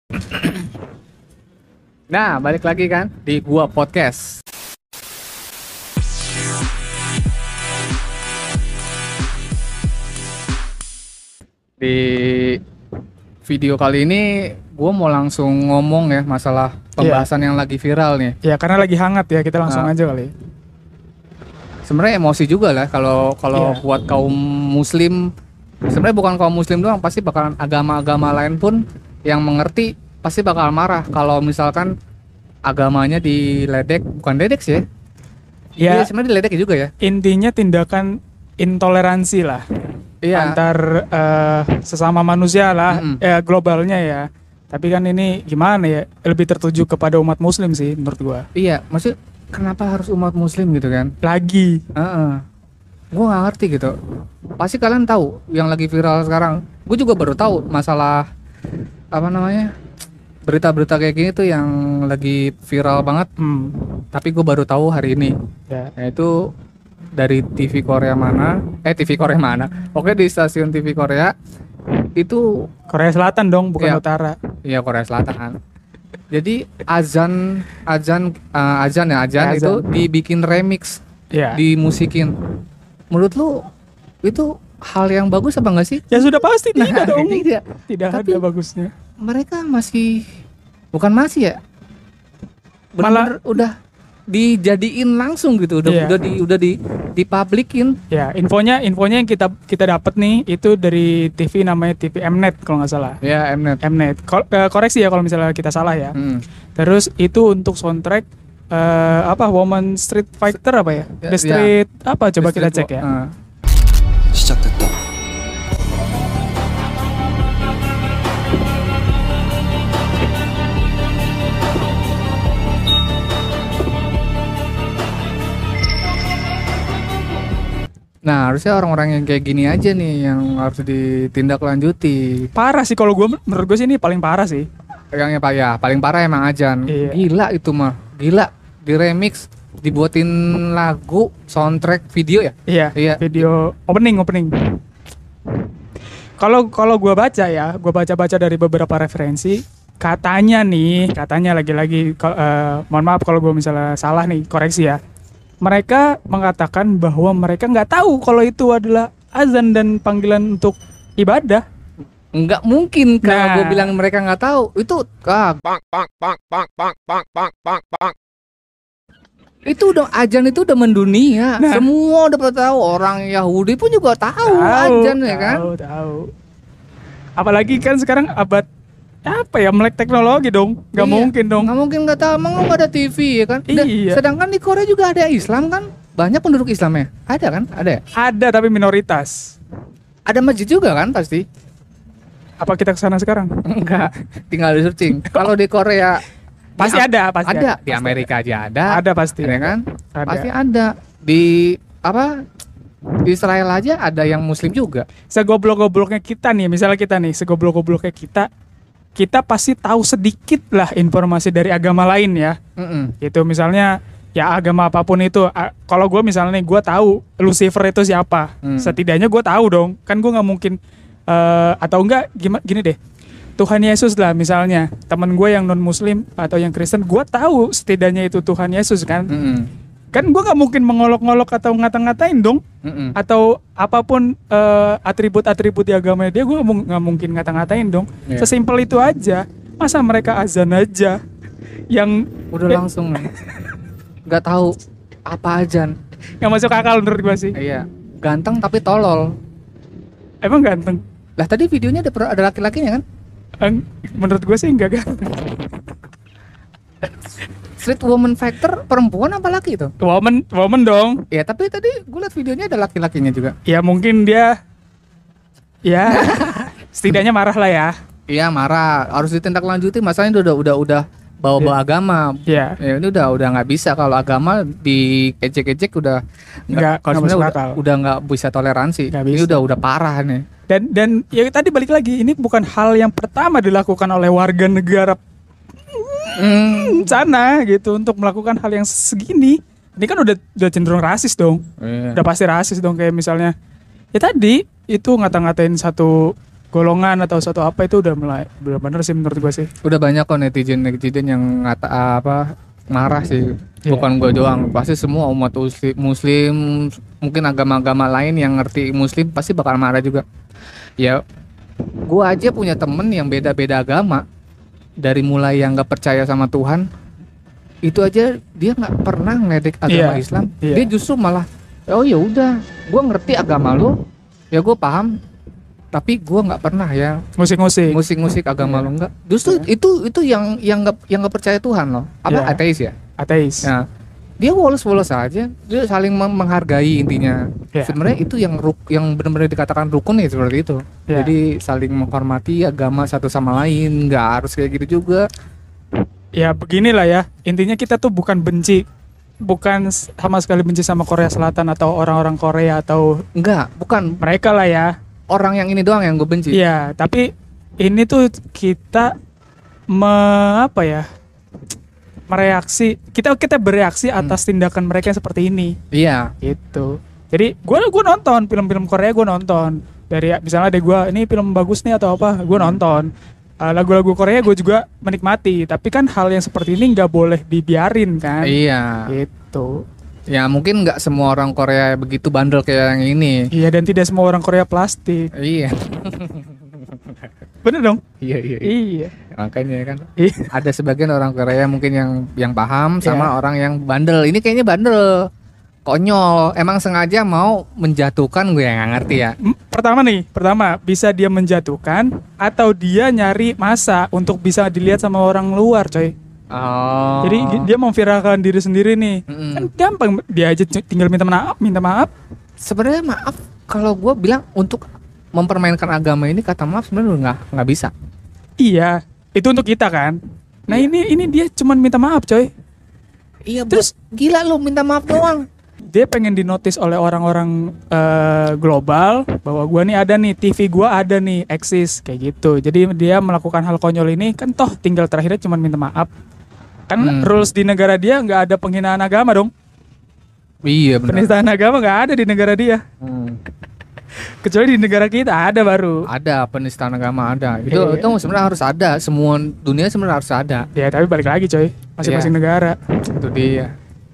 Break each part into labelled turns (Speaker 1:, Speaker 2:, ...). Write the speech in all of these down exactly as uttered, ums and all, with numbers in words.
Speaker 1: Nah, balik lagi kan di Gua Podcast. Di video kali ini gua mau langsung ngomong ya masalah pembahasan yeah. yang lagi viral nih.
Speaker 2: Ya, karena lagi hangat ya, kita langsung
Speaker 1: nah,
Speaker 2: aja kali.
Speaker 1: Sebenarnya emosi juga lah kalau kalau yeah. buat kaum muslim. Sebenarnya bukan kaum muslim doang, pasti bakalan agama-agama lain pun yang mengerti pasti bakal marah kalau misalkan agamanya diledek, bukan ledek sih ya.
Speaker 2: Ya,
Speaker 1: ya sebenarnya diledek juga ya.
Speaker 2: Intinya tindakan intoleransi lah. Iya. Antar uh, sesama manusia lah, mm-hmm. ya globalnya ya. Tapi kan ini gimana ya? Lebih tertuju kepada umat muslim sih menurut gua.
Speaker 1: Iya, maksud kenapa harus umat muslim gitu kan?
Speaker 2: Lagi.
Speaker 1: Uh-uh. Gue nggak ngerti gitu. Pasti kalian tahu yang lagi viral sekarang. Gue juga baru tahu masalah apa namanya berita-berita kayak gini tuh yang lagi viral banget. Hmm. Tapi gue baru tahu hari ini. Ya. Yaitu dari T V Korea mana? Eh T V Korea mana? Oke, di stasiun T V Korea itu
Speaker 2: Korea Selatan dong, bukan
Speaker 1: ya,
Speaker 2: utara.
Speaker 1: Iya, Korea Selatan. Jadi azan azan uh, azan ya azan, azan itu dibikin remix, ya. Dimusikin. Menurut lu itu hal yang bagus apa enggak sih?
Speaker 2: Ya sudah pasti tidak
Speaker 1: nah,
Speaker 2: dong.
Speaker 1: Tidak.
Speaker 2: Tidak
Speaker 1: Tapi
Speaker 2: ada bagusnya.
Speaker 1: Mereka masih bukan masih ya. Benar-benar udah dijadiin langsung gitu, udah yeah. udah di udah di dipublikin.
Speaker 2: Ya, infonya infonya yang kita kita dapat nih itu dari T V namanya T V Mnet kalau nggak salah.
Speaker 1: Ya, Mnet.
Speaker 2: Mnet. Ko- koreksi ya kalau misalnya kita salah ya.
Speaker 1: Hmm.
Speaker 2: Terus itu untuk soundtrack Uh, apa Woman Street Fighter apa ya? ya The Street ya. Apa coba The kita cek ya. Uh. 시작됐다.
Speaker 1: Nah, harusnya orang-orang yang kayak gini aja nih yang harus ditindaklanjuti.
Speaker 2: Parah sih kalau gue, menurut gue sih ini paling parah sih.
Speaker 1: Yang ya, ya paling parah emang Ajan. Iya. Gila itu mah. Gila. Di remix, dibuatin lagu, soundtrack, video ya?
Speaker 2: Iya, iya. Video opening, opening. Kalau kalau gue baca ya, gue baca-baca dari beberapa referensi, katanya nih, katanya lagi-lagi, uh, mohon maaf kalau gue misalnya salah nih, koreksi ya. Mereka mengatakan bahwa mereka nggak tahu kalau itu adalah azan dan panggilan untuk ibadah.
Speaker 1: Nggak mungkin kalau nah. gue bilang mereka nggak tahu. Itu ah, bang, bang, bang, bang, bang, bang, bang, bang, bang. Itu udah azan itu udah mendunia. Nah. Semua udah pada tahu. Orang Yahudi pun juga tahu, tahu azan ya kan.
Speaker 2: Tahu, tahu. Apalagi kan sekarang abad apa ya, melek teknologi dong. Gak iya, mungkin dong.
Speaker 1: Gak mungkin gak tahu. Emang gak ada T V ya kan.
Speaker 2: Iya.
Speaker 1: Sedangkan di Korea juga ada Islam kan. Banyak penduduk Islamnya. Ada kan? Ada ya?
Speaker 2: Ada tapi minoritas.
Speaker 1: Ada masjid juga kan pasti.
Speaker 2: Apa kita kesana sekarang?
Speaker 1: Enggak. Tinggal di searching. Kalau di Korea
Speaker 2: pasti
Speaker 1: di,
Speaker 2: ada, pasti
Speaker 1: ada. Di Amerika aja ada.
Speaker 2: Ada pasti.
Speaker 1: Ya kan?
Speaker 2: Ada.
Speaker 1: Pasti ada. Di apa? Di Israel aja ada yang Muslim juga.
Speaker 2: Segoblok-gobloknya kita nih, misalnya kita nih, segoblok-gobloknya kita, kita pasti tahu sedikit lah informasi dari agama lain ya. Mm-mm. Itu misalnya ya agama apapun itu. A- kalau gue misalnya nih, gue tahu Lucifer itu siapa. Mm. Setidaknya gue tahu dong. Kan gue nggak mungkin uh, atau enggak gimana? Gini deh. Tuhan Yesus lah misalnya, teman gue yang non Muslim atau yang Kristen, gue tahu setidaknya itu Tuhan Yesus kan. Mm-mm. Kan gue nggak mungkin mengolok-ngolok atau ngata-ngatain dong. Mm-mm. Atau apapun uh, atribut-atribut di agama dia, gue nggak mungkin ngata-ngatain dong. Yeah. Sesimpel itu aja. Masa mereka azan aja yang
Speaker 1: udah eh, langsung nggak tahu apa azan.
Speaker 2: Nggak masuk akal menurut gue sih.
Speaker 1: Iya, ganteng tapi tolol.
Speaker 2: Emang ganteng?
Speaker 1: Lah tadi videonya ada, ada laki-lakinya kan?
Speaker 2: Menurut gue sih enggak ganteng.
Speaker 1: Street woman factor perempuan apa laki itu?
Speaker 2: Woman, woman dong.
Speaker 1: Ya tapi tadi gue liat videonya ada laki-lakinya juga.
Speaker 2: Ya mungkin dia, ya setidaknya marah lah ya.
Speaker 1: Iya marah, harus ditindaklanjuti. Masalahnya udah udah udah bawa-bawa yeah. agama. Iya. Yeah. Ya ini udah udah nggak bisa kalau agama dikecek-kecek udah
Speaker 2: nggak. Kalau
Speaker 1: udah udah nggak bisa toleransi. Gak ini bisa. udah udah parah nih.
Speaker 2: Dan dan ya tadi balik lagi, ini bukan hal yang pertama dilakukan oleh warga negara hmm. sana gitu untuk melakukan hal yang segini. Ini kan udah udah cenderung rasis dong. Yeah. Udah pasti rasis dong, kayak misalnya ya tadi itu ngata-ngatain satu golongan atau suatu apa itu udah mulai benar-benar sih menurut gue sih.
Speaker 1: Udah banyak kok netizen netizen yang ngata apa marah sih.
Speaker 2: Yeah.
Speaker 1: Bukan gue doang, pasti semua umat muslim, muslim mungkin agama-agama lain yang ngerti muslim pasti bakal marah juga. Ya, gue aja punya temen yang beda-beda agama, dari mulai yang nggak percaya sama Tuhan, itu aja dia nggak pernah ngeledek agama
Speaker 2: Yeah.
Speaker 1: Islam.
Speaker 2: Yeah.
Speaker 1: Dia justru malah, oh ya udah, gue ngerti agama lu, ya gue paham, tapi gue nggak pernah ya
Speaker 2: Musik-musik.
Speaker 1: musik-musik agama
Speaker 2: Yeah.
Speaker 1: lo enggak. Justru itu itu yang yang nggak yang nggak percaya Tuhan loh. Apa
Speaker 2: Yeah.
Speaker 1: ateis ya?
Speaker 2: Ateis.
Speaker 1: Nah, dia woles-woles aja, dia saling mem- menghargai intinya.
Speaker 2: Yeah.
Speaker 1: Sebenarnya itu yang ruk, yang benar-benar dikatakan rukun ya seperti itu.
Speaker 2: Yeah.
Speaker 1: Jadi saling menghormati agama satu sama lain, nggak harus kayak gitu juga.
Speaker 2: Ya beginilah ya, intinya kita tuh bukan benci, bukan sama sekali benci sama Korea Selatan atau orang-orang Korea atau
Speaker 1: Enggak, bukan
Speaker 2: mereka lah ya.
Speaker 1: orang yang ini doang yang gue benci.
Speaker 2: Iya, tapi ini tuh kita me, apa ya? mereaksi, kita kita bereaksi atas tindakan mereka yang seperti ini.
Speaker 1: Iya.
Speaker 2: Gitu. Jadi gue gue nonton film-film Korea, gue nonton dari misalnya ada gue ini film bagus nih atau apa, gue nonton. Uh, lagu-lagu Korea gue juga menikmati, tapi kan hal yang seperti ini nggak boleh dibiarin kan.
Speaker 1: Iya.
Speaker 2: Gitu.
Speaker 1: Ya mungkin nggak semua orang Korea begitu bandel kayak yang ini.
Speaker 2: Iya, dan tidak semua orang Korea plastik.
Speaker 1: Iya.
Speaker 2: Bener dong?
Speaker 1: Iya iya.
Speaker 2: Iya.
Speaker 1: Makanya kan
Speaker 2: Iya.
Speaker 1: ada sebagian orang Korea mungkin yang yang paham sama
Speaker 2: Iya.
Speaker 1: orang yang bandel. Ini kayaknya bandel, konyol, emang sengaja mau menjatuhkan, gue yang nggak ngerti ya.
Speaker 2: M- Pertama nih, pertama bisa dia menjatuhkan atau dia nyari masa untuk bisa dilihat sama orang luar, coy.
Speaker 1: Oh.
Speaker 2: Jadi gi- dia memviralkan diri sendiri nih.
Speaker 1: Mm-mm.
Speaker 2: Kan gampang, dia aja c- tinggal minta maaf, minta maaf.
Speaker 1: Sebenarnya maaf kalau gue bilang untuk mempermainkan agama ini, kata maaf sebenarnya nggak nggak bisa.
Speaker 2: Iya, itu untuk kita kan. Nah,
Speaker 1: Iya.
Speaker 2: ini ini dia cuman minta maaf, coy.
Speaker 1: Iya.
Speaker 2: Terus-
Speaker 1: Terus gila lu minta maaf doang.
Speaker 2: Dia pengen dinotis oleh orang-orang eh, global bahwa gua nih ada nih, T V gua ada nih, eksis kayak gitu. Jadi dia melakukan hal konyol ini kan toh tinggal terakhirnya cuman minta maaf. Kan
Speaker 1: Hmm.
Speaker 2: rules di negara dia nggak ada penghinaan agama dong.
Speaker 1: Iya benar.
Speaker 2: Penistaan agama nggak ada di negara dia.
Speaker 1: Hmm.
Speaker 2: Kecuali di negara kita ada baru.
Speaker 1: Ada penistaan agama, ada. Itu
Speaker 2: Iya.
Speaker 1: itu sebenarnya harus ada. Semua dunia sebenarnya harus ada.
Speaker 2: Ya tapi balik lagi coy, masing-masing
Speaker 1: Iya.
Speaker 2: negara.
Speaker 1: Itu dia.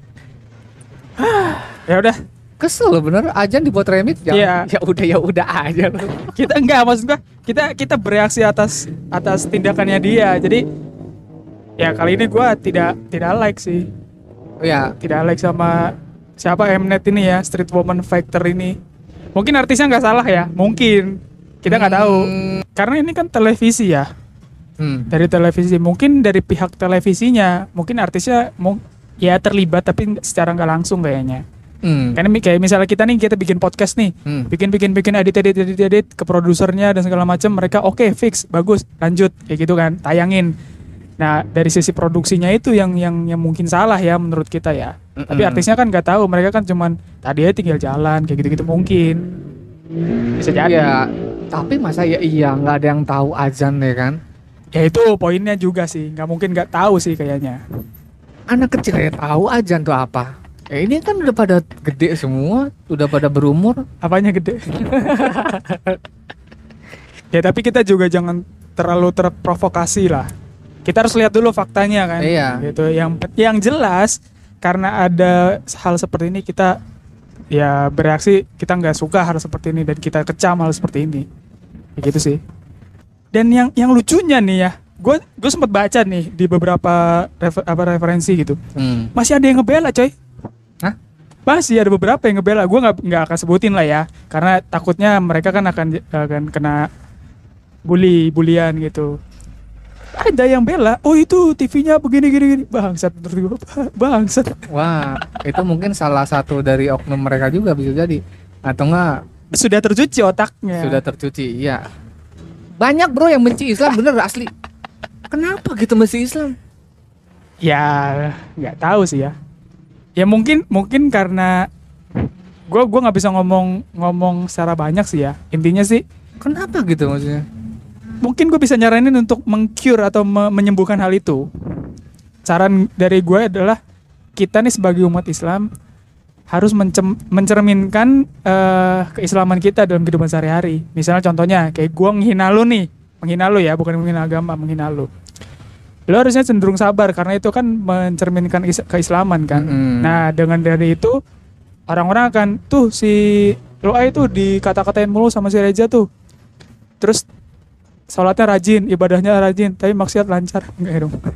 Speaker 2: Ya udah,
Speaker 1: Kesel loh bener, Ajan dibuat remix ya.
Speaker 2: Iya.
Speaker 1: Ya udah ya udah aja loh.
Speaker 2: kita enggak, maksud gua kita kita bereaksi atas atas tindakannya dia. Jadi ya kali ini gua tidak tidak like sih.
Speaker 1: Ya,
Speaker 2: Tidak like sama siapa Mnet ini ya, Street Woman Factor ini. Mungkin artisnya nggak salah ya, mungkin. Kita nggak tahu.
Speaker 1: Hmm.
Speaker 2: Karena ini kan televisi ya.
Speaker 1: hmm.
Speaker 2: Dari televisi, mungkin dari pihak televisinya, mungkin artisnya mau ya terlibat tapi secara nggak langsung kayaknya.
Speaker 1: Hmm.
Speaker 2: Karena mi- kayak misalnya kita nih, kita bikin podcast nih,
Speaker 1: Hmm.
Speaker 2: bikin bikin bikin edit edit edit edit ke produsernya dan segala macam, mereka oke fix bagus lanjut kayak gitu kan, tayangin. Nah dari sisi produksinya itu yang yang yang mungkin salah ya menurut kita ya.
Speaker 1: Mm-mm.
Speaker 2: Tapi artisnya kan nggak tahu, mereka kan cuman tadi aja tinggal jalan kayak gitu gitu mungkin bisa jadi.
Speaker 1: Ya, tapi masa ya iya nggak ada yang tahu azan ya kan?
Speaker 2: Ya itu poinnya juga sih, nggak mungkin nggak tahu sih kayaknya.
Speaker 1: Anak kecil ya tahu azan tuh apa? Ya ini kan udah pada gede semua, udah pada berumur.
Speaker 2: Apanya gede? Ya tapi kita juga jangan terlalu terprovokasi lah. Kita harus lihat dulu faktanya kan.
Speaker 1: Iya.
Speaker 2: Gitu. Yang yang jelas karena ada hal seperti ini kita ya bereaksi, kita nggak suka hal seperti ini dan kita kecam hal seperti ini. Kayak gitu sih. Dan yang yang lucunya nih ya, gue gue sempat baca nih di beberapa refer, apa referensi gitu.
Speaker 1: Hmm.
Speaker 2: Masih ada yang ngebela coy.
Speaker 1: Hah?
Speaker 2: Masih ada beberapa yang ngebela. Gue nggak nggak akan sebutin lah ya, karena takutnya mereka kan akan akan kena bully bulian gitu. Ada yang bela, oh itu T V-nya begini gini gini, bangsat menurut gue, bangsat.
Speaker 1: Wah, itu mungkin salah satu dari oknum mereka juga bisa jadi. Atau enggak
Speaker 2: Sudah tercuci otaknya.
Speaker 1: sudah tercuci, iya. Banyak bro yang benci Islam bener asli. Kenapa gitu benci Islam?
Speaker 2: Ya nggak tahu sih ya. Ya mungkin mungkin karena gue gue nggak bisa ngomong ngomong secara banyak sih ya. Intinya sih
Speaker 1: Kenapa gitu maksudnya?
Speaker 2: mungkin gue bisa nyaranin untuk meng-cure atau me- menyembuhkan hal itu. Saran dari gue adalah kita nih sebagai umat Islam harus mencem- mencerminkan uh, keislaman kita dalam kehidupan sehari-hari. Misalnya contohnya kayak gue menghina lu nih, menghina lu ya, bukan menghina agama, menghina lu. Lu harusnya cenderung sabar karena itu kan mencerminkan is- keislaman kan.
Speaker 1: Mm-hmm.
Speaker 2: Nah dengan dari itu orang-orang akan tuh si lu A itu dikata-katain mulu sama si Reza tuh. Terus sholatnya rajin, ibadahnya rajin, tapi maksiat lancar. Enggak dong.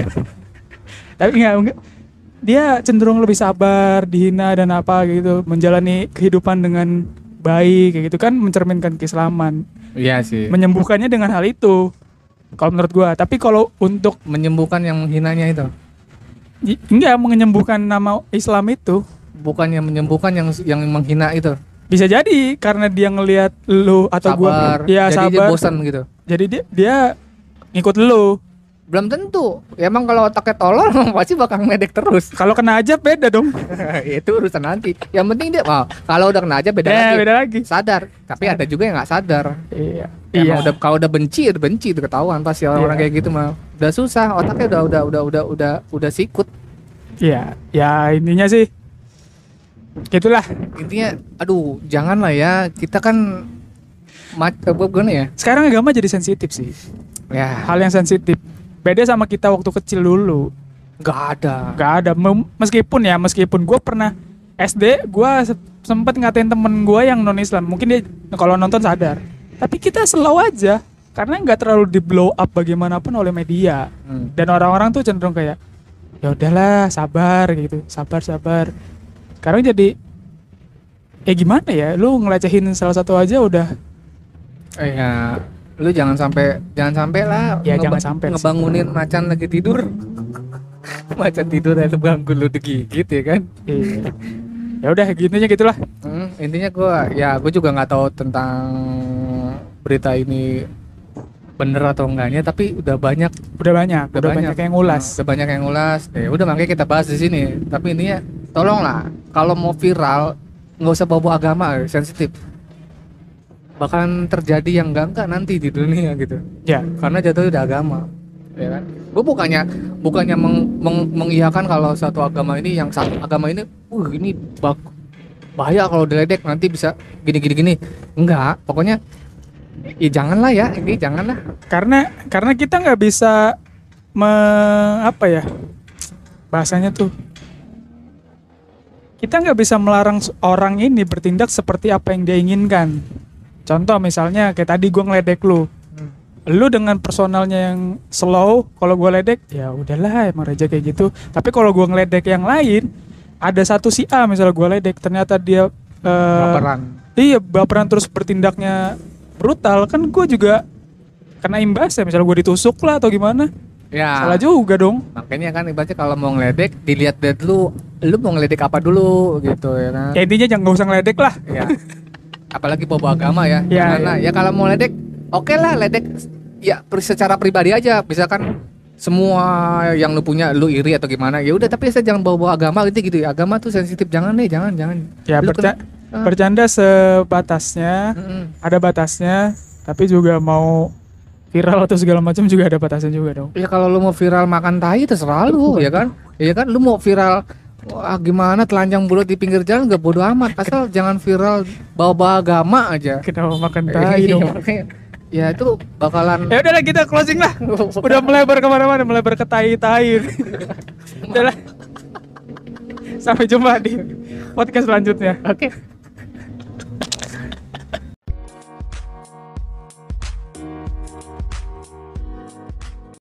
Speaker 2: Tapi enggak, enggak. Dia cenderung lebih sabar, dihina dan apa gitu, menjalani kehidupan dengan baik kayak gitu kan, mencerminkan keislaman.
Speaker 1: Iya sih.
Speaker 2: Menyembuhkannya dengan hal itu. Kalau menurut gua, tapi kalau untuk
Speaker 1: menyembuhkan yang menghinanya itu.
Speaker 2: Y- enggak menyembuhkan nama Islam itu,
Speaker 1: bukannya menyembuhkan yang yang menghina itu.
Speaker 2: bisa jadi karena dia ngelihat lu atau
Speaker 1: sabar.
Speaker 2: gua ya
Speaker 1: jadi
Speaker 2: sabar.
Speaker 1: dia bosan gitu.
Speaker 2: Jadi dia dia ngikut lu.
Speaker 1: Belum tentu. Ya, emang kalau otaknya tolol pasti bakal medek terus.
Speaker 2: Kalau kena aja beda dong.
Speaker 1: Itu urusan nanti. Yang penting dia, oh, kalau udah kena aja beda
Speaker 2: Ya,
Speaker 1: lagi.
Speaker 2: beda lagi.
Speaker 1: Sadar. Tapi ada juga yang nggak sadar.
Speaker 2: Iya.
Speaker 1: Emang
Speaker 2: Iya.
Speaker 1: udah kalau udah benci, udah benci itu ketahuan pasti orang-orang
Speaker 2: Iya.
Speaker 1: kayak gitu mah. Udah susah, otaknya udah udah udah udah udah udah sikut.
Speaker 2: Iya, ya intinya sih gitulah.
Speaker 1: Intinya, aduh, janganlah ya. Kita kan mac apa gimana ya?
Speaker 2: Sekarang agama jadi sensitif sih.
Speaker 1: Ya,
Speaker 2: Hal yang sensitif. Beda sama kita waktu kecil dulu.
Speaker 1: nggak ada.
Speaker 2: Gak ada. Mem- Meskipun ya, meskipun gue pernah S D, gue se- sempet ngatain temen gue yang non Islam. Mungkin dia kalau nonton sadar. Tapi kita slow aja, karena nggak terlalu di blow up bagaimanapun oleh media.
Speaker 1: Hmm.
Speaker 2: Dan orang-orang tuh cenderung kayak, ya udahlah, sabar gitu, sabar sabar. Sekarang jadi, ya gimana ya? Lu ngelecehin salah satu aja udah.
Speaker 1: Eh, ya, lu jangan sampai jangan sampai lah.
Speaker 2: Ya, jangan sampai sih.
Speaker 1: ngebangunin macan lagi tidur. Macan tidur ada bangku lu digigit ya kan?
Speaker 2: Iya. Ya udah, gitunya gitulah.
Speaker 1: Hmm, intinya gua ya gua juga nggak tahu tentang berita ini bener atau enggaknya, tapi udah banyak
Speaker 2: Udah banyak, udah, banyak. yang ngulas.
Speaker 1: Hmm, udah banyak yang ngulas. Ya udah makanya kita bahas di sini. Tapi intinya tolonglah kalau mau viral nggak usah bawa agama, sensitif. Bakalan terjadi yang enggak enggak nanti di dunia gitu.
Speaker 2: Ya,
Speaker 1: Karena jatuhnya udah agama, ya kan? Gue bukannya bukannya meng, meng, mengiyakan kalau satu agama ini yang satu agama ini, uh ini bak, bahaya kalau diledek nanti bisa gini gini gini. Enggak, pokoknya ya janganlah ya, ini janganlah.
Speaker 2: karena karena kita nggak bisa me, apa ya bahasanya tuh, kita nggak bisa melarang orang ini bertindak seperti apa yang dia inginkan. Contoh misalnya kayak tadi gue ngeledek lu, lu dengan personalnya yang slow, kalau gue ledek ya udahlah emang Reja kayak gitu. Tapi kalau gue ngeledek yang lain, ada satu si A misalnya gue ledek, ternyata dia eh,
Speaker 1: Baperan.
Speaker 2: iya baperan terus bertindaknya brutal, kan gue juga kena imbasnya. Misalnya gue ditusuk lah atau gimana,
Speaker 1: Ya.
Speaker 2: salah juga dong.
Speaker 1: Makanya kan ibaratnya kalau mau ngeledek dilihat dari lu, lu mau ngeledek apa dulu gitu ya kan.
Speaker 2: Ya intinya jangan, gak usah ngeledek lah.
Speaker 1: Ya. Apalagi bawa agama ya.
Speaker 2: Ya,
Speaker 1: Janganlah. Ya kalau mau ledek, oke lah ledek ya per- secara pribadi aja. Misalkan semua yang lu punya lu iri atau gimana, ya udah, tapi saya jangan bawa-bawa agama gitu gitu. Agama tuh sensitif, jangan deh, jangan jangan.
Speaker 2: Ya
Speaker 1: Lu
Speaker 2: berca-
Speaker 1: kena- ah.
Speaker 2: bercanda sebatasnya,
Speaker 1: Mm-mm.
Speaker 2: ada batasnya. Tapi juga mau viral atau segala macam juga ada batasnya juga dong.
Speaker 1: Ya kalau lu mau viral makan tai terserah lu, ya kan? Ya kan lu mau viral wah gimana telanjang bulat di pinggir jalan gak bodo amat, asal jangan viral bawa-bawa agama aja.
Speaker 2: Kenapa makan tai
Speaker 1: Iya,
Speaker 2: dong?
Speaker 1: makanya. Ya itu bakalan
Speaker 2: Ya udahlah, kita closing lah. Udah melebar kemana-mana, melebar ke tai-tai. Udahlah. Sampai jumpa di podcast selanjutnya.
Speaker 1: oke.